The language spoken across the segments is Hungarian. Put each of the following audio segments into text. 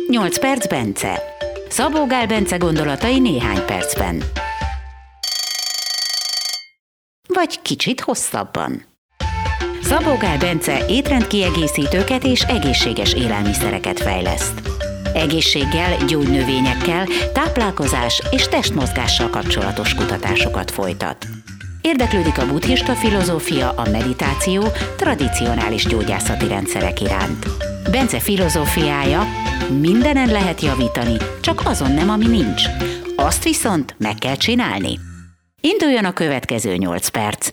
8 perc Bence. Szabó Gál Bence gondolatai néhány percben. Vagy kicsit hosszabban. Szabó Gál Bence étrendkiegészítőket és egészséges élelmiszereket fejleszt. Egészséggel, gyógynövényekkel, táplálkozás és testmozgással kapcsolatos kutatásokat folytat. Érdeklődik a buddhista filozófia, a meditáció, tradicionális gyógyászati rendszerek iránt. Bence filozófiája: mindenen lehet javítani, csak azon nem, ami nincs. Azt viszont meg kell csinálni. Induljon a következő 8 perc.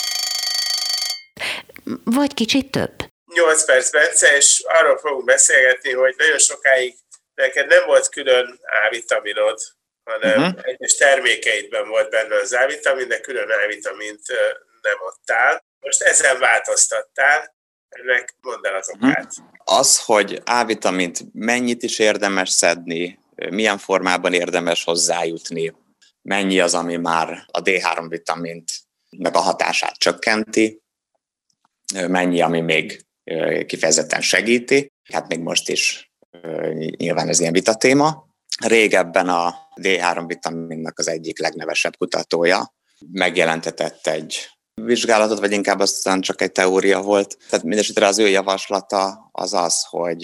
Vagy kicsit több. 8 perc Bence, és arról fogunk beszélgetni, hogy nagyon sokáig neked nem volt külön A-vitaminod, hanem egyes termékeidben volt benne az A-vitamin, de külön A-vitamint nem adtál. Most ezen változtattál, ennek mondd el az okát. Az, hogy A-vitamint mennyit is érdemes szedni, milyen formában érdemes hozzájutni, mennyi az, ami már a D3 vitamint meg a hatását csökkenti, mennyi, ami még kifejezetten segíti. Hát még most is nyilván ez ilyen vitatéma. Régebben a D3 vitaminnak az egyik legnevesebb kutatója megjelentetett egy vizsgálatot, vagy inkább aztán csak egy teória volt. Tehát mindesetre az ő javaslata az az, hogy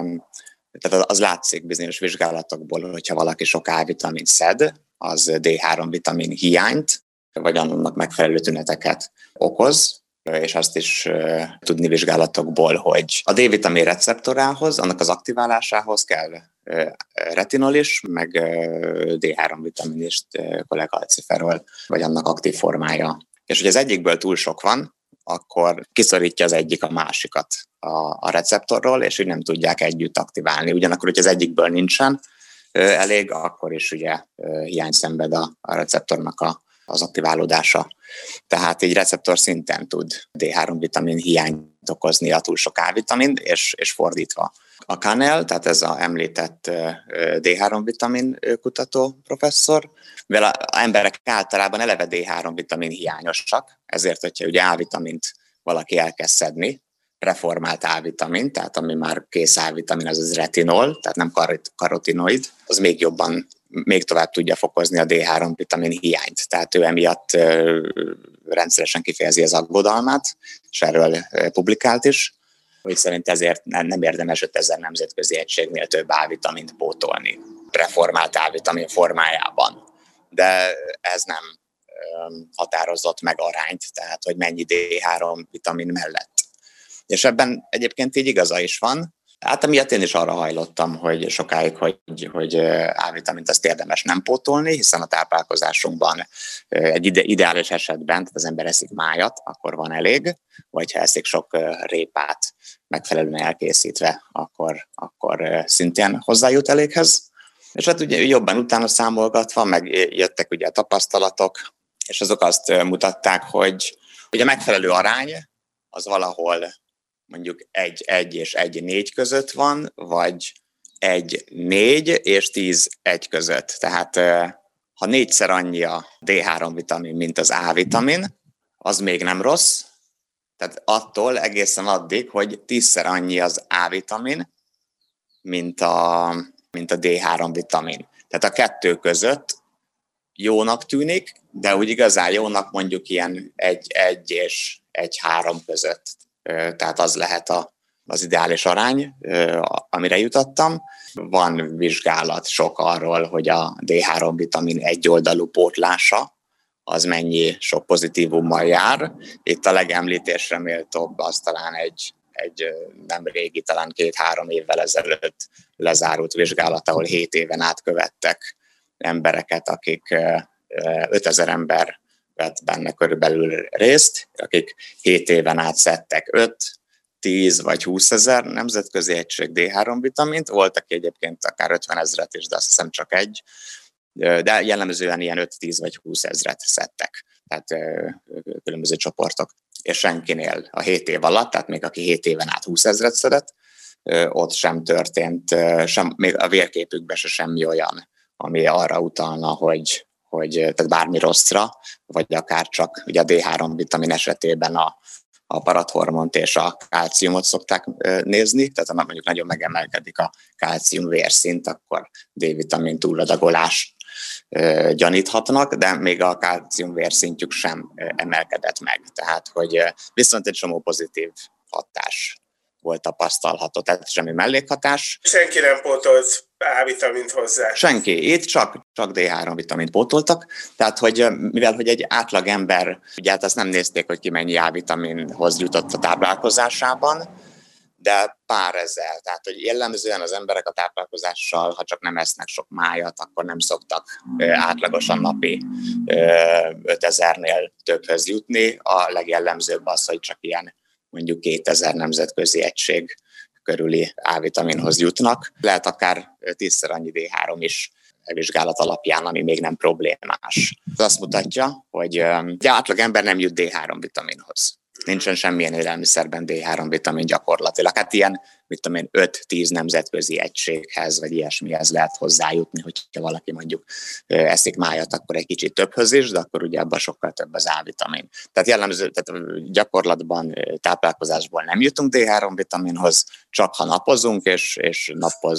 tehát az látszik bizonyos vizsgálatokból, hogyha valaki sok A-vitamint szed, az D3 vitamin hiányt, vagy annak megfelelő tüneteket okoz, és azt is tudni vizsgálatokból, hogy a D-vitamin receptorához, annak az aktiválásához kell retinol is, meg D3 vitamin is, kolekalciferol, vagy annak aktív formája. És hogy az egyikből túl sok van, akkor kiszorítja az egyik a másikat a receptorról, és úgy nem tudják együtt aktiválni. Ugyanakkor, hogy az egyikből nincsen elég, akkor is ugye hiány szenved a receptornak az aktiválódása. Tehát így receptor szinten tud D3 vitamin hiányt okozni a túl sok A-vitamin, és fordítva. A Canel, tehát ez az említett D3 vitamin kutató professzor, mivel az emberek általában eleve D3 vitamin hiányosak, ezért, hogyha ugye A-vitamint valaki elkezd szedni, reformált A-vitamin, tehát ami már kész A-vitamin, az retinol, tehát nem karotinoid, az még tovább tudja fokozni a D3 vitamin hiányt. Tehát ő emiatt rendszeresen kifejezi az aggodalmát, és erről publikált is, hogy szerint ezért nem érdemes 5000 nemzetközi egységnél több A-vitamint pótolni, reformált A-vitamin formájában. De ez nem határozott meg arányt, tehát hogy mennyi D3 vitamin mellett. És ebben egyébként így igaza is van. Hát amiatt én is arra hajlottam, hogy sokáig, hogy A-vitamint azt érdemes nem pótolni, hiszen a táplálkozásunkban egy ideális esetben, tehát az ember eszik májat, akkor van elég, vagy ha eszik sok répát megfelelően elkészítve, akkor szintén hozzájut eléghez. És hát ugye jobban utána számolgatva, meg jöttek ugye a tapasztalatok, és azok azt mutatták, hogy a megfelelő arány az valahol mondjuk 1 és 1,4 között van, vagy 1,4 és 10,1 között. Tehát ha 4-szer annyi a D3 vitamin, mint az A-vitamin, az még nem rossz. Tehát attól egészen addig, hogy 10-szer annyi az A-vitamin, mint a D3 vitamin. Tehát a kettő között jónak tűnik, de úgy igazán jónak mondjuk ilyen 1 és 1,3 között. Tehát az lehet az ideális arány, amire jutottam. Van vizsgálat sok arról, hogy a D3 vitamin egyoldalú pótlása az mennyi sok pozitívummal jár. Itt a legemlítésre méltóbb az talán egy nem régi, talán 2-3 évvel ezelőtt lezárult vizsgálat, ahol 7 éven át követtek embereket, akik 5000 ember vett benne körülbelül részt, akik 7 éven át szedtek 5, 10 vagy 20 ezer nemzetközi egység D3 vitamint, voltak egyébként akár 50 ezret is, de azt hiszem csak egy, de jellemzően ilyen 5, 10 vagy 20 ezret szedtek, tehát különböző csoportok. És senkinél a 7 év alatt, tehát még aki 7 éven át 20 ezret szedett, ott sem történt, még a vérképükben se semmi olyan, ami arra utalna, hogy tehát bármi rosszra, vagy akár csak ugye a D3 vitamin esetében a parathormont és a kálciumot szokták nézni, tehát ha mondjuk nagyon megemelkedik a kálcium vérszint, akkor D-vitamin túladagolást gyaníthatnak, de még a kálcium vérszintjük sem emelkedett meg. Tehát, hogy viszont egy csomó pozitív hatás volt tapasztalható, tehát semmi mellékhatás. Senki nem pótolt A-vitamint hozzá. Senki, itt csak D3 vitamint pótoltak, tehát hogy mivel hogy egy átlag ember, ugye hát azt nem nézték, hogy ki mennyi A-vitaminhoz jutott a táplálkozásában, de pár ezer, tehát hogy jellemzően az emberek a táplálkozással, ha csak nem esznek sok májat, akkor nem szoktak átlagosan napi 5000-nél többhöz jutni. A legjellemzőbb az, hogy csak ilyen mondjuk 2000 nemzetközi egység körüli A-vitaminhoz jutnak. Lehet akár 10-szer annyi D3 is vizsgálat alapján, ami még nem problémás. Ez azt mutatja, hogy átlag ember nem jut D3 vitaminhoz. Nincsen semmilyen élelmiszerben D3 vitamin gyakorlatilag. Hát ilyen, 5-10 nemzetközi egységhez, vagy ilyesmihez lehet hozzájutni, hogyha valaki mondjuk eszik májat, akkor egy kicsit többhöz is, de akkor ugye abban sokkal több az A-vitamin. Tehát jellemző, tehát gyakorlatban táplálkozásból nem jutunk D3 vitaminhoz, csak ha napozunk, és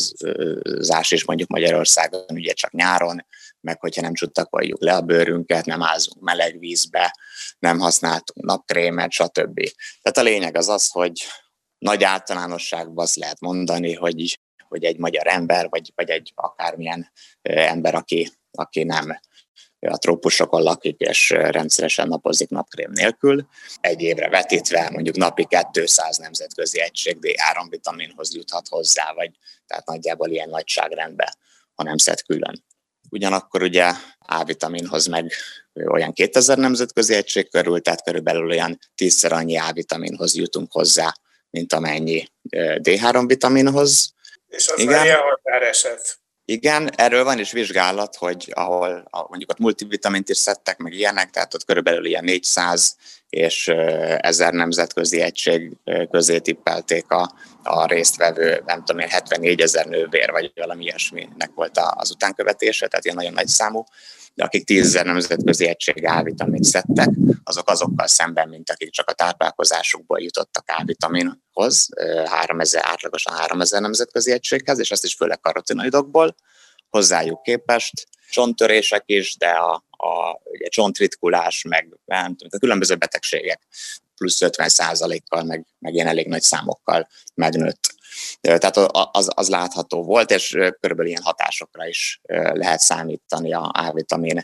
napozás is mondjuk Magyarországon ugye csak nyáron, meg hogyha nem csuttakoljuk le a bőrünket, nem ázunk meleg vízbe, nem használtunk napkrémet, stb. Tehát a lényeg az, hogy nagy általánosságban azt lehet mondani, hogy egy magyar ember, vagy egy akármilyen ember, aki nem a trópusokon lakik, és rendszeresen napozik napkrém nélkül, egy évre vetítve mondjuk napi 200 nemzetközi egység D3 vitaminhoz juthat hozzá, vagy tehát nagyjából ilyen nagyságrendben, ha nem szed külön. Ugyanakkor ugye A-vitaminhoz meg olyan 2000 nemzetközi egység körül, tehát körülbelül olyan 10-szer annyi A-vitaminhoz jutunk hozzá, mint amennyi D3 vitaminhoz. És az már ilyen határeset. Igen, erről van is vizsgálat, hogy ahol mondjuk ott multivitamint is szedtek, meg ilyenek, tehát ott körülbelül ilyen 400 és 1000 nemzetközi egység közé tippelték a résztvevő, nem tudom én, 74 000 nővér, vagy valami ilyesminek volt az utánkövetése, tehát ilyen nagyon nagy számú, de akik 10 000 nemzetközi egység A-vitamint szedtek, azok azokkal szemben, mint akik csak a táplálkozásukból jutottak A-vitaminhoz, átlagosan 3000 nemzetközi egységhez, és ezt is főleg karotinoidokból, hozzájuk képest csonttörések is, de ugye csontritkulás, meg a különböző betegségek plusz 50%-kal, meg ilyen elég nagy számokkal megnőtt. Tehát az látható volt, és körülbelül ilyen hatásokra is lehet számítani a A-vitamin,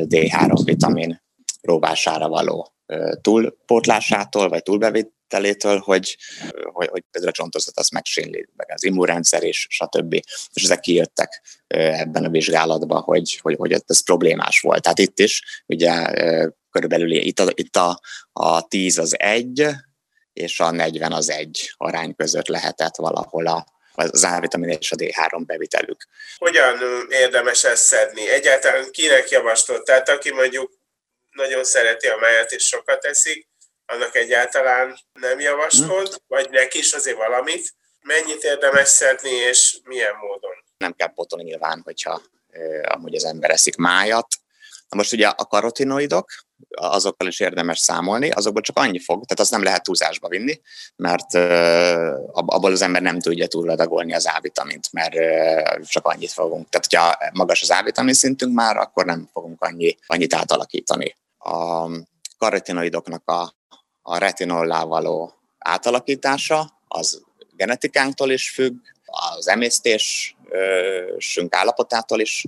D3 vitamin róvására való túlpótlásától, vagy túlbevitelétől, hogy például a csontozat azt megsínli, meg az immunrendszer is, stb. És ezek kijöttek ebben a vizsgálatban, hogy ez problémás volt. Tehát itt is, ugye körülbelül itt a 10 az 1, és a 40 az 1 arány között lehetett valahol az A-vitamin és a D3 bevitelük. Hogyan érdemes ezt szedni? Egyáltalán kinek javaslott? Tehát aki mondjuk nagyon szereti a májat és sokat eszik, annak egyáltalán nem javaslott, vagy neki is azért valamit. Mennyit érdemes szedni, és milyen módon? Nem kell pótolni nyilván, hogyha amúgy az ember eszik májat. Na most ugye a karotinoidok, azokkal is érdemes számolni, azokból csak annyi fog, tehát azt nem lehet túlzásba vinni, mert abból az ember nem tudja túladagolni az A-vitamint, mert csak annyit fogunk. Tehát, hogyha magas az A-vitamin szintünk már, akkor nem fogunk annyit átalakítani. A karotinoidoknak a retinollá való átalakítása az genetikánktól is függ, az emésztésünk állapotától is,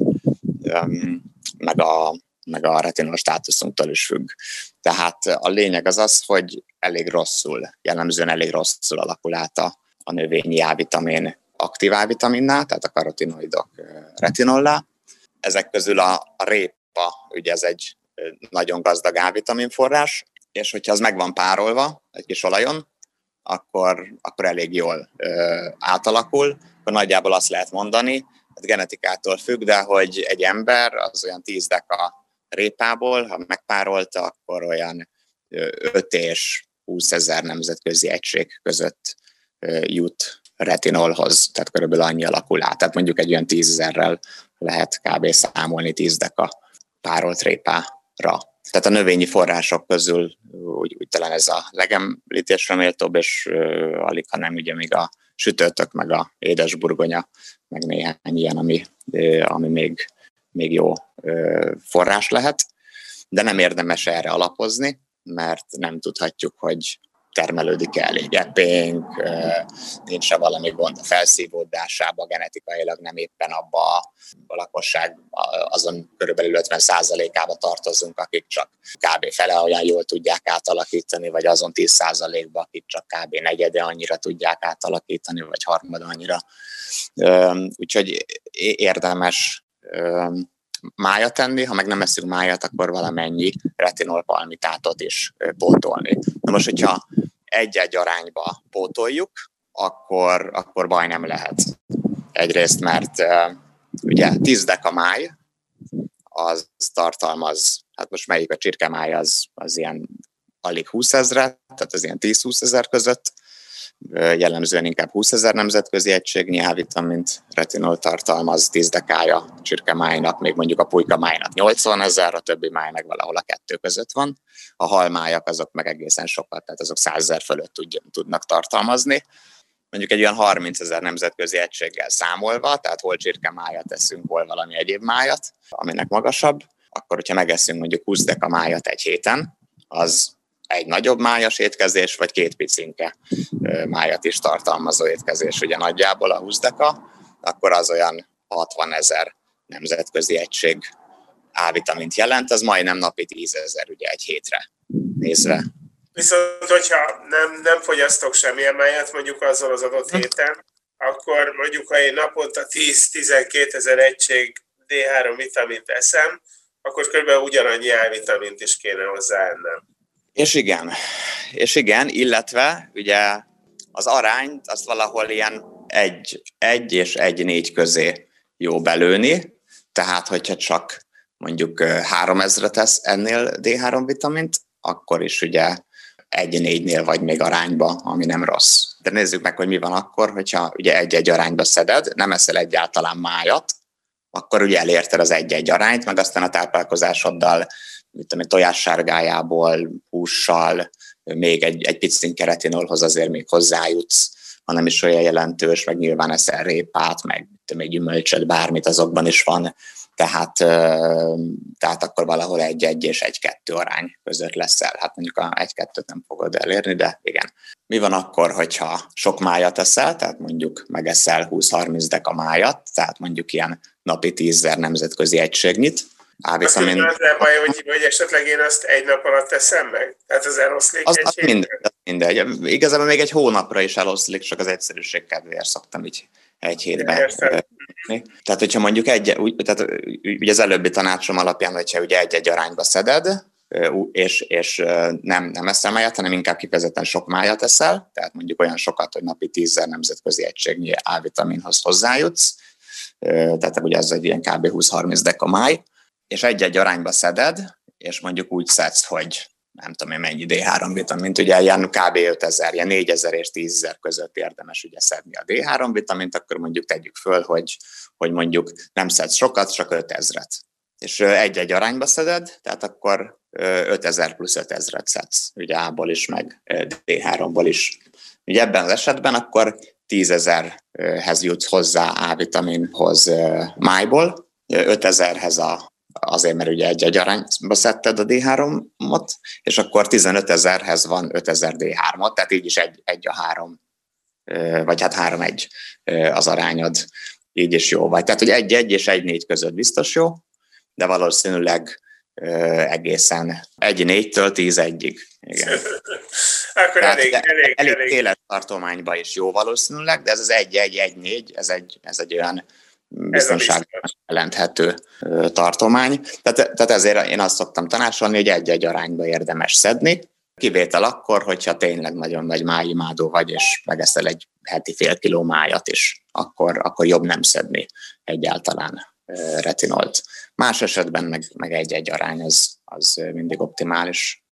meg a retinol státuszunktól is függ. Tehát a lényeg az, hogy jellemzően elég rosszul alakul át a növényi A-vitamin aktív A-vitaminnál, tehát a karotinoidok retinollá. Ezek közül a répa, ugye ez egy nagyon gazdag A-vitamin forrás, és hogyha az meg van párolva egy kis olajon, akkor elég jól átalakul. Akkor nagyjából azt lehet mondani, ez genetikától függ, de hogy egy ember az olyan 10 deka répából, ha megpárolta, akkor olyan 5 és 20 000 nemzetközi egység között jut retinolhoz, tehát körülbelül annyi alakul át. Tehát mondjuk egy olyan 10 000-rel lehet kb. Számolni 10 deka párolt répára. Tehát a növényi források közül úgy talán ez a legemlítésre méltóbb, és alig, hanem ugye még a sütőtök, meg a édesburgonya, meg néhány ilyen, ami még jó forrás lehet, de nem érdemes erre alapozni, mert nem tudhatjuk, hogy termelődik-e elég epénk, nincs-e valami gond a felszívódásában, genetikailag nem éppen abba a lakosság azon körülbelül 50%-ába tartozunk, akik csak kb. Fele olyan jól tudják átalakítani, vagy azon 10%-ba, akik csak kb. Negyede annyira tudják átalakítani, vagy harmada annyira. Úgyhogy érdemes májat tenni, ha meg nem eszünk májat, akkor valamennyi retinolpalmitátot is pótolni. Na most, hogyha egy-egy arányba pótoljuk, akkor baj nem lehet. Egyrészt, mert ugye 10 deka máj, az tartalmaz, hát most melyik a csirkemáj, az ilyen alig 20 000, tehát az ilyen 10-20 000 között, jellemzően inkább 20 000 nemzetközi egységnyi A-vitamint, retinol tartalmaz, 10 dekája csirkemájnak, még mondjuk a pulykamájnak 80 000, a többi máj meg valahol a kettő között van. A halmájak azok meg egészen sokat, tehát azok 100 000 fölött tudnak tartalmazni. Mondjuk egy olyan 30 000 nemzetközi egységgel számolva, tehát hol csirkemájat eszünk, hol valami egyéb májat, aminek magasabb, akkor hogyha megeszünk mondjuk 20 deka májat egy héten, az egy nagyobb májas étkezés, vagy 2 picinke májat is tartalmazó étkezés, ugye nagyjából a 20 deka, akkor az olyan 60 000 nemzetközi egység A-vitamint jelent, az majdnem napi 10 000 ugye egy hétre nézve. Viszont, hogyha nem fogyasztok semmilyen májat mondjuk azon az adott héten, akkor mondjuk, ha én naponta 10-12 000 egység D3 vitamint eszem, akkor kb. Ugyanannyi A-vitamint is kéne hozzáennem. És igen, illetve ugye az arányt azt valahol ilyen 1 és 1,4 közé jó belőni, tehát hogyha csak mondjuk 3000 tesz ennél D3 vitamint, akkor is ugye 1,4-nél vagy még arányba, ami nem rossz. De nézzük meg, hogy mi van akkor, hogyha ugye 1-1 arányba szeded, nem eszel egyáltalán májat, akkor ugye elérted az 1-1 arányt, meg aztán a táplálkozásoddal tojássárgájából, hússal, még egy picit retinolhoz azért még hozzájutsz, ha nem is olyan jelentős, meg nyilván eszel répát, meg gyümölcsöt, bármit azokban is van, tehát akkor valahol 1-1 és 1-2 arány között leszel. Hát mondjuk a 1-2-t nem fogod elérni, de igen. Mi van akkor, hogyha sok májat eszel, tehát mondjuk megeszel 20-30 deka májat, tehát mondjuk ilyen napi 10 000 nemzetközi egységnyit, A-vitamin... Az nem baj, hogy esetleg én azt egy nap alatt teszem meg? Tehát az eloszlik mindegy. Igazából még egy hónapra is eloszlik, csak az egyszerűség kedvéért szoktam így egy hétben. Tehát, hogyha mondjuk tehát ugye az előbbi tanácsom alapján, hogyha ugye 1-1 arányba szeded, és nem eszel májat, hanem inkább kifejezetten sok májat eszel, tehát mondjuk olyan sokat, hogy napi 10 000 nemzetközi egységnyi A-vitaminhoz hozzájutsz, tehát ugye ez egy ilyen kb. 20-30 deka máj, és 1-1 arányba szeded, és mondjuk úgy szedsz, hogy nem tudom én mennyi D3 vitamint, ugye ilyen kb. 5000, ilyen 4000 és 10 000 között érdemes ugye szedni a D3 vitamint, akkor mondjuk tegyük föl, hogy mondjuk nem szedsz sokat, csak 5000-et. És 1-1 arányba szeded, tehát akkor 5000 plusz 5000-et szedsz, ugye A-ból is, meg D3-ból is. Ugye ebben az esetben akkor 10 000-hez jutsz hozzá A-vitaminhoz májból, 5000-hez azért, mert ugye 1-1 arányba szedted a D3-ot, és akkor 15 000-hez van 5000 D3-ot, tehát így is 1-3, vagy hát 3-1 az arányod, így is jó vagy. Tehát, hogy 1-1 és 1-4 között biztos jó, de valószínűleg egészen 1-4-től 10-1-ig. Igen. Akkor elég élettartományban is jó valószínűleg, de ez az 1-1-1-4, ez egy olyan biztonságban jelenthető tartomány. Tehát ezért én azt szoktam tanácsolni, hogy 1-1 arányba érdemes szedni. Kivétel akkor, hogyha tényleg nagyon nagy májimádó vagy, és megeszel egy heti fél kiló májat is, akkor jobb nem szedni egyáltalán retinolt. Más esetben meg 1-1 arány az mindig optimális.